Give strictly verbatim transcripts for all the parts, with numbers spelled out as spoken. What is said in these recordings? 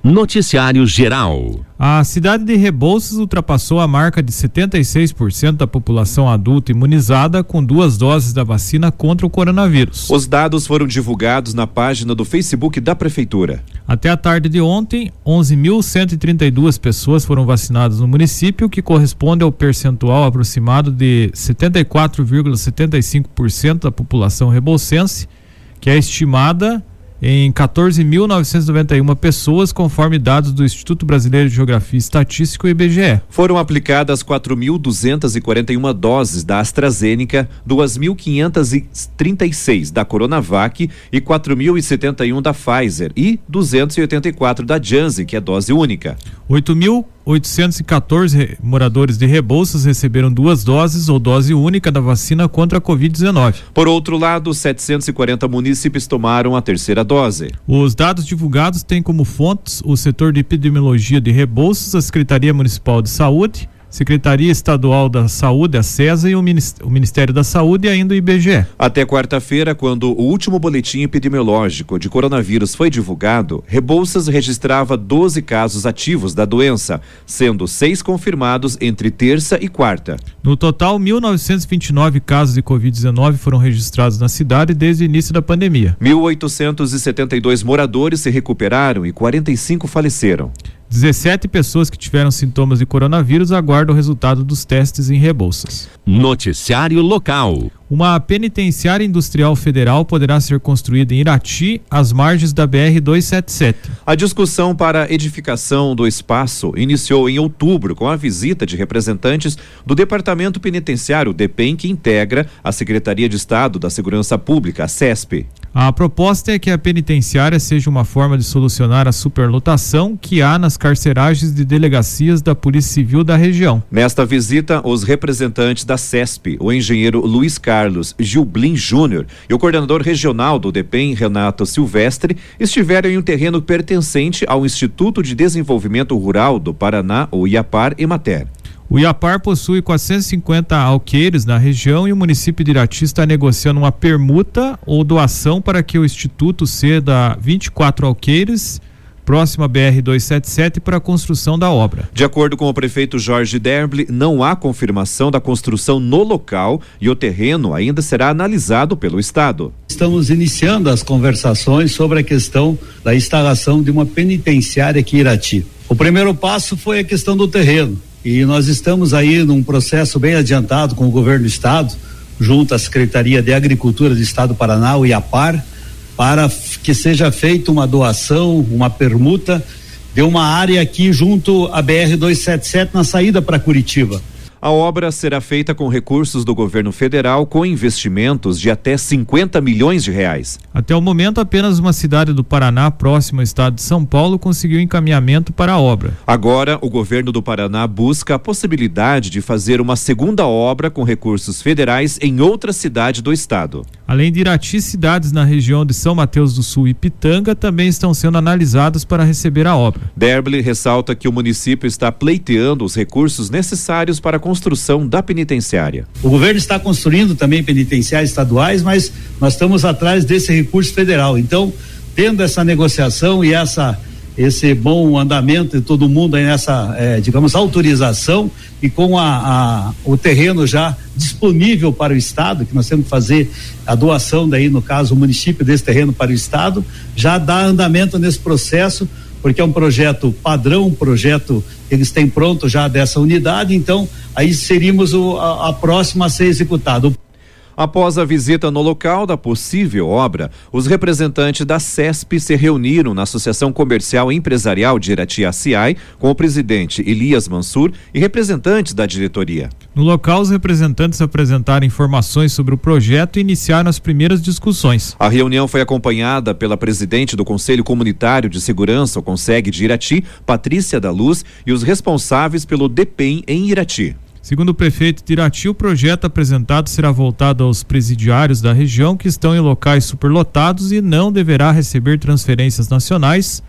Noticiário Geral. A cidade de Rebouças ultrapassou a marca de setenta e seis por cento da população adulta imunizada com duas doses da vacina contra o coronavírus. Os dados foram divulgados na página do Facebook da Prefeitura. Até a tarde de ontem, onze mil cento e trinta e duas pessoas foram vacinadas no município, que corresponde ao percentual aproximado de setenta e quatro vírgula setenta e cinco por cento da população rebouçense, que é estimada em quatorze mil novecentas e noventa e uma pessoas, conforme dados do Instituto Brasileiro de Geografia e Estatística, o I B G E. Foram aplicadas quatro mil duzentas e quarenta e uma doses da AstraZeneca, duas mil quinhentas e trinta e seis da Coronavac e quatro mil e setenta e um da Pfizer e duzentos e oitenta e quatro da Janssen, que é dose única. oito mil oitocentos e quatorze moradores de Rebouças receberam duas doses ou dose única da vacina contra a covid dezenove. Por outro lado, setecentos e quarenta munícipes tomaram a terceira dose. Os dados divulgados têm como fontes o setor de epidemiologia de Rebouças, a Secretaria Municipal de Saúde, Secretaria Estadual da Saúde, a SESA, e o Ministério da Saúde e ainda o I B G E. Até quarta-feira, quando o último boletim epidemiológico de coronavírus foi divulgado, Rebouças registrava doze casos ativos da doença, sendo seis confirmados entre terça e quarta. No total, mil novecentos e vinte e nove casos de covid dezenove foram registrados na cidade desde o início da pandemia. mil oitocentos e setenta e dois moradores se recuperaram e quarenta e cinco faleceram. dezessete pessoas que tiveram sintomas de coronavírus aguardam o resultado dos testes em Rebouças. Noticiário local. Uma penitenciária industrial federal poderá ser construída em Irati, às margens da B R duzentos e setenta e sete. A discussão para a edificação do espaço iniciou em outubro com a visita de representantes do Departamento Penitenciário DEPEN, que integra a Secretaria de Estado da Segurança Pública, a SESP. A proposta é que a penitenciária seja uma forma de solucionar a superlotação que há nas carceragens de delegacias da Polícia Civil da região. Nesta visita, os representantes da SESP, o engenheiro Luiz Carlos Gilblin Júnior e o coordenador regional do DEPEN, Renato Silvestre, estiveram em um terreno pertencente ao Instituto de Desenvolvimento Rural do Paraná, o IAPAR Emater. O IAPAR possui quatrocentos e cinquenta alqueires na região e o município de Irati está negociando uma permuta ou doação para que o Instituto ceda vinte e quatro alqueires próximo à B R duzentos e setenta e sete para a construção da obra. De acordo com o prefeito Jorge Derble, não há confirmação da construção no local e o terreno ainda será analisado pelo Estado. Estamos iniciando as conversações sobre a questão da instalação de uma penitenciária aqui em Irati. O primeiro passo foi a questão do terreno. E nós estamos aí num processo bem adiantado com o governo do estado, junto à Secretaria de Agricultura do Estado do Paraná, o IAPAR, para que seja feita uma doação, uma permuta de uma área aqui junto à B R duzentos e setenta e sete na saída para Curitiba. A obra será feita com recursos do governo federal com investimentos de até cinquenta milhões de reais. Até o momento, apenas uma cidade do Paraná, próxima ao estado de São Paulo, conseguiu encaminhamento para a obra. Agora, o governo do Paraná busca a possibilidade de fazer uma segunda obra com recursos federais em outra cidade do estado. Além de Irati, cidades na região de São Mateus do Sul e Pitanga também estão sendo analisadas para receber a obra. Derble ressalta que o município está pleiteando os recursos necessários para a construção da penitenciária. O governo está construindo também penitenciárias estaduais, mas nós estamos atrás desse recurso federal. Então, tendo essa negociação e essa esse bom andamento de todo mundo aí nessa, é, digamos, autorização e com a, a, o terreno já disponível para o estado, que nós temos que fazer a doação daí, no caso, o município desse terreno para o estado, já dá andamento nesse processo, porque é um projeto padrão, um projeto que eles têm pronto já dessa unidade, então aí seríamos o, a, a próxima a ser executada. Após a visita no local da possível obra, os representantes da SESP se reuniram na Associação Comercial e Empresarial de Irati A C I com o presidente Elias Mansur e representantes da diretoria. No local, os representantes apresentaram informações sobre o projeto e iniciaram as primeiras discussões. A reunião foi acompanhada pela presidente do Conselho Comunitário de Segurança, o CONSEG de Irati, Patrícia da Luz, e os responsáveis pelo DEPEN em Irati. Segundo o prefeito de Irati, o projeto apresentado será voltado aos presidiários da região que estão em locais superlotados e não deverá receber transferências nacionais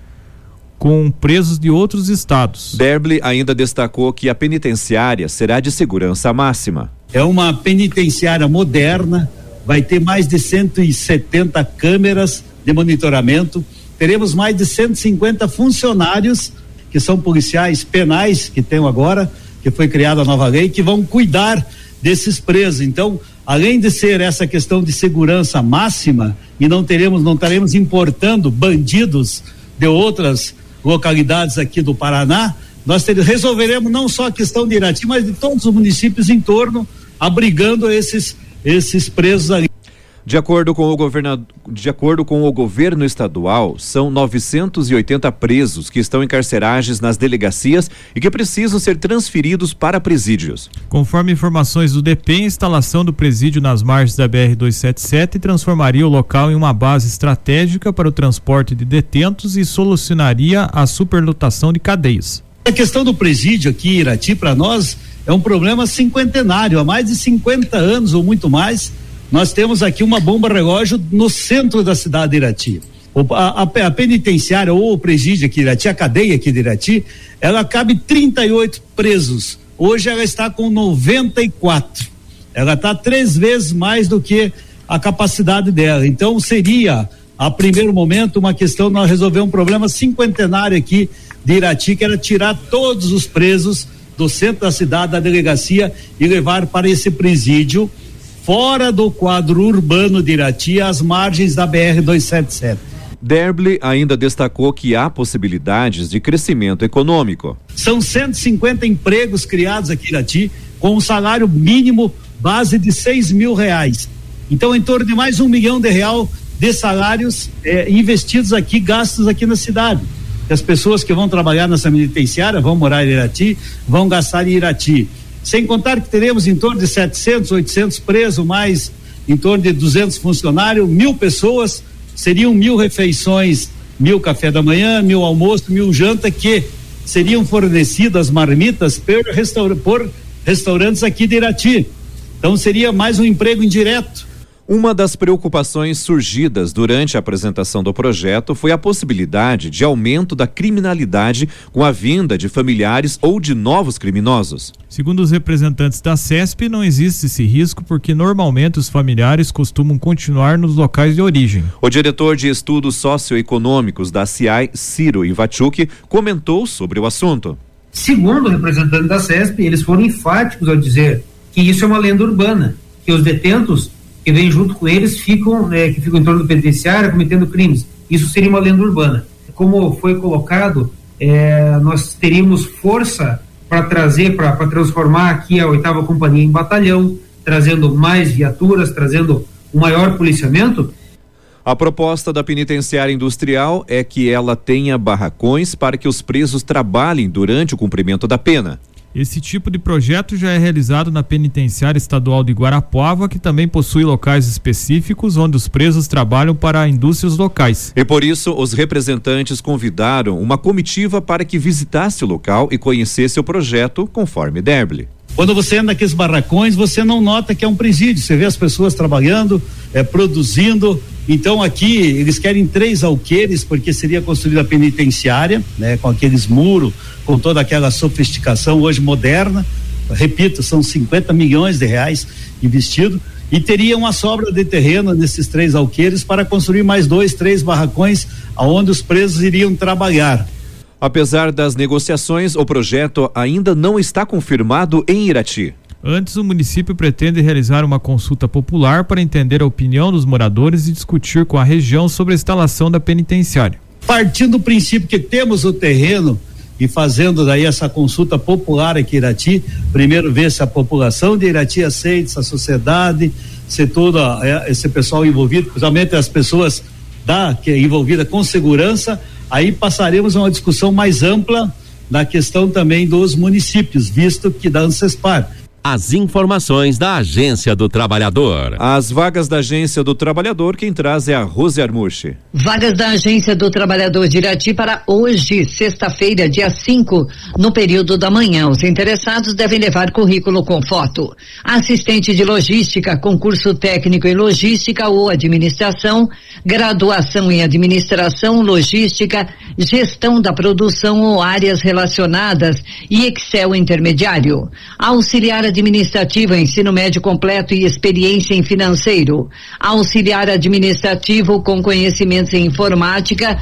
com presos de outros estados. Derble ainda destacou que a penitenciária será de segurança máxima. É uma penitenciária moderna, vai ter mais de cento e setenta câmeras de monitoramento, teremos mais de cento e cinquenta funcionários que são policiais penais que tem agora, que foi criada a nova lei, que vão cuidar desses presos. Então, além de ser essa questão de segurança máxima, e não teremos, não estaremos importando bandidos de outras localidades aqui do Paraná, nós ter, resolveremos não só a questão de Irati, mas de todos os municípios em torno, abrigando esses, esses presos ali. De acordo com o governador, de acordo com o governo estadual, são novecentos e oitenta presos que estão em carceragens nas delegacias e que precisam ser transferidos para presídios. Conforme informações do D P, a instalação do presídio nas margens da B R duzentos e setenta e sete transformaria o local em uma base estratégica para o transporte de detentos e solucionaria a superlotação de cadeias. A questão do presídio aqui em Irati, para nós, é um problema cinquentenário. Há mais de cinquenta anos ou muito mais, nós temos aqui uma bomba relógio no centro da cidade de Irati. O, a, a penitenciária ou o presídio aqui de Irati, a cadeia aqui de Irati, ela cabe trinta e oito presos. Hoje ela está com noventa e quatro. Ela está três vezes mais do que a capacidade dela. Então seria, a primeiro momento, uma questão de nós resolver um problema cinquentenário aqui de Irati, que era tirar todos os presos do centro da cidade, da delegacia, e levar para esse presídio fora do quadro urbano de Irati, às margens da B R duzentos e setenta e sete. Derble ainda destacou que há possibilidades de crescimento econômico. São cento e cinquenta empregos criados aqui em Irati, com um salário mínimo base de seis mil reais. Então, em torno de mais um milhão de real de salários eh, investidos aqui, gastos aqui na cidade. E as pessoas que vão trabalhar nessa penitenciária vão morar em Irati, vão gastar em Irati. Sem contar que teremos em torno de setecentos, oitocentos presos, mais em torno de duzentos funcionários, mil pessoas, seriam mil refeições, mil café da manhã, mil almoço, mil janta, que seriam fornecidas marmitas por, restaur, por restaurantes aqui de Irati. Então seria mais um emprego indireto. Uma das preocupações surgidas durante a apresentação do projeto foi a possibilidade de aumento da criminalidade com a vinda de familiares ou de novos criminosos. Segundo os representantes da CESP, não existe esse risco porque normalmente os familiares costumam continuar nos locais de origem. O diretor de estudos socioeconômicos da C I A, Ciro Ivachuk, comentou sobre o assunto. Segundo o representante da CESP, eles foram enfáticos ao dizer que isso é uma lenda urbana, que os detentos que vêm junto com eles ficam, né, que ficam em torno do penitenciário cometendo crimes. Isso seria uma lenda urbana. Como foi colocado, é, nós teríamos força para trazer, para transformar aqui a oitava companhia em batalhão, trazendo mais viaturas, trazendo um maior policiamento. A proposta da penitenciária industrial é que ela tenha barracões para que os presos trabalhem durante o cumprimento da pena. Esse tipo de projeto já é realizado na Penitenciária Estadual de Guarapuava, que também possui locais específicos onde os presos trabalham para indústrias locais. E por isso, os representantes convidaram uma comitiva para que visitasse o local e conhecesse o projeto, conforme Derble. Quando você anda naqueles barracões, você não nota que é um presídio, você vê as pessoas trabalhando, é, produzindo. Então aqui eles querem três alqueires, porque seria construída a penitenciária, né, com aqueles muros, com toda aquela sofisticação hoje moderna. Repito, são cinquenta milhões de reais investido, e teria uma sobra de terreno nesses três alqueires para construir mais dois, três barracões aonde os presos iriam trabalhar. Apesar das negociações, o projeto ainda não está confirmado em Irati. Antes, o município pretende realizar uma consulta popular para entender a opinião dos moradores e discutir com a região sobre a instalação da penitenciária. Partindo do princípio que temos o terreno e fazendo daí essa consulta popular aqui em Irati, primeiro ver se a população de Irati aceita, se a sociedade, se todo esse pessoal envolvido, principalmente as pessoas da, que é envolvida com segurança, aí passaremos a uma discussão mais ampla na questão também dos municípios, visto que da ANSESPAR. As informações da Agência do Trabalhador. As vagas da Agência do Trabalhador, quem traz é a Rose Armucci. Vagas da Agência do Trabalhador de Irati para hoje, sexta-feira, dia cinco, no período da manhã. Os interessados devem levar currículo com foto. Assistente de logística, concurso técnico em logística ou administração, graduação em administração, logística, gestão da produção ou áreas relacionadas e Excel intermediário. Auxiliar administrativo, ensino médio completo e experiência em financeiro. Auxiliar administrativo com conhecimentos em informática,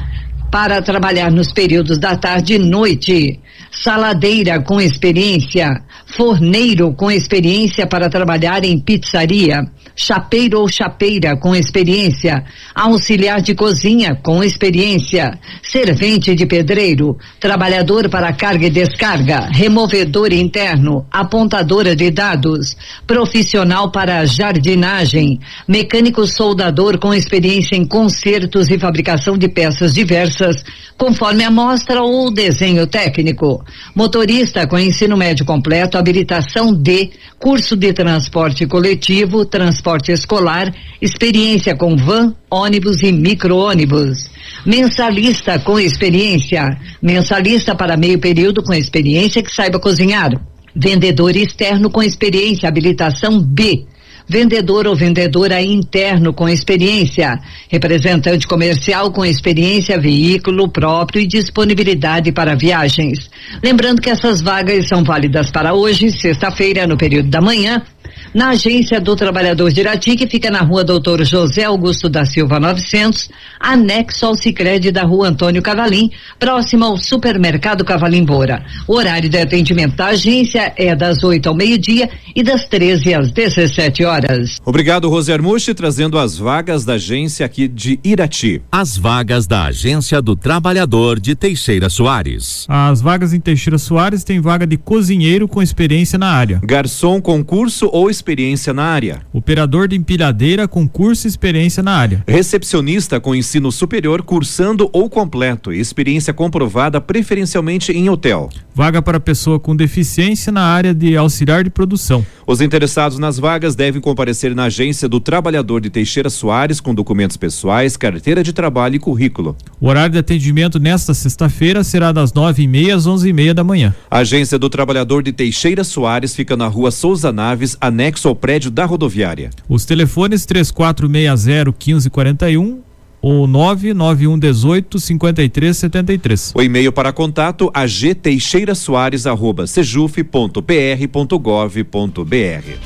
para trabalhar nos períodos da tarde e noite. Saladeira com experiência, forneiro com experiência para trabalhar em pizzaria, chapeiro ou chapeira com experiência, auxiliar de cozinha com experiência, servente de pedreiro, trabalhador para carga e descarga, removedor interno, apontadora de dados, profissional para jardinagem, mecânico soldador com experiência em consertos e fabricação de peças diversas, conforme a amostra ou desenho técnico, motorista com ensino médio completo, habilitação D, curso de transporte coletivo, transporte escolar, experiência com van, ônibus e micro-ônibus. Mensalista com experiência, mensalista para meio período com experiência que saiba cozinhar. Vendedor externo com experiência, habilitação B. Vendedor ou vendedora interno com experiência, representante comercial com experiência, veículo próprio e disponibilidade para viagens. Lembrando que essas vagas são válidas para hoje, sexta-feira, no período da manhã, na Agência do Trabalhador de Irati, que fica na rua Doutor José Augusto da Silva novecentos, anexo ao Sicredi da rua Antônio Cavalim, próximo ao Supermercado Cavalim Moura. O horário de atendimento da agência é das oito ao meio-dia e das treze às dezessete horas. Obrigado, Rose Armucci, trazendo as vagas da agência aqui de Irati. As vagas da Agência do Trabalhador de Teixeira Soares. As vagas em Teixeira Soares tem vaga de cozinheiro com experiência na área. Garçom com curso ou experiência na área. Operador de empilhadeira com curso e experiência na área. Recepcionista com ensino superior cursando ou completo e experiência comprovada preferencialmente em hotel. Vaga para pessoa com deficiência na área de auxiliar de produção. Os interessados nas vagas devem comparecer na Agência do Trabalhador de Teixeira Soares com documentos pessoais, carteira de trabalho e currículo. O horário de atendimento nesta sexta-feira será das nove e meia às onze e meia da manhã. A Agência do Trabalhador de Teixeira Soares fica na rua Souza Naves, anexo ao prédio da rodoviária. Os telefones três quatro seis zero um cinco quatro um ou nove nove um um oito cinco três sete três. O e-mail para contato agteixeirasoares arroba sejuf ponto p r ponto gov ponto b r.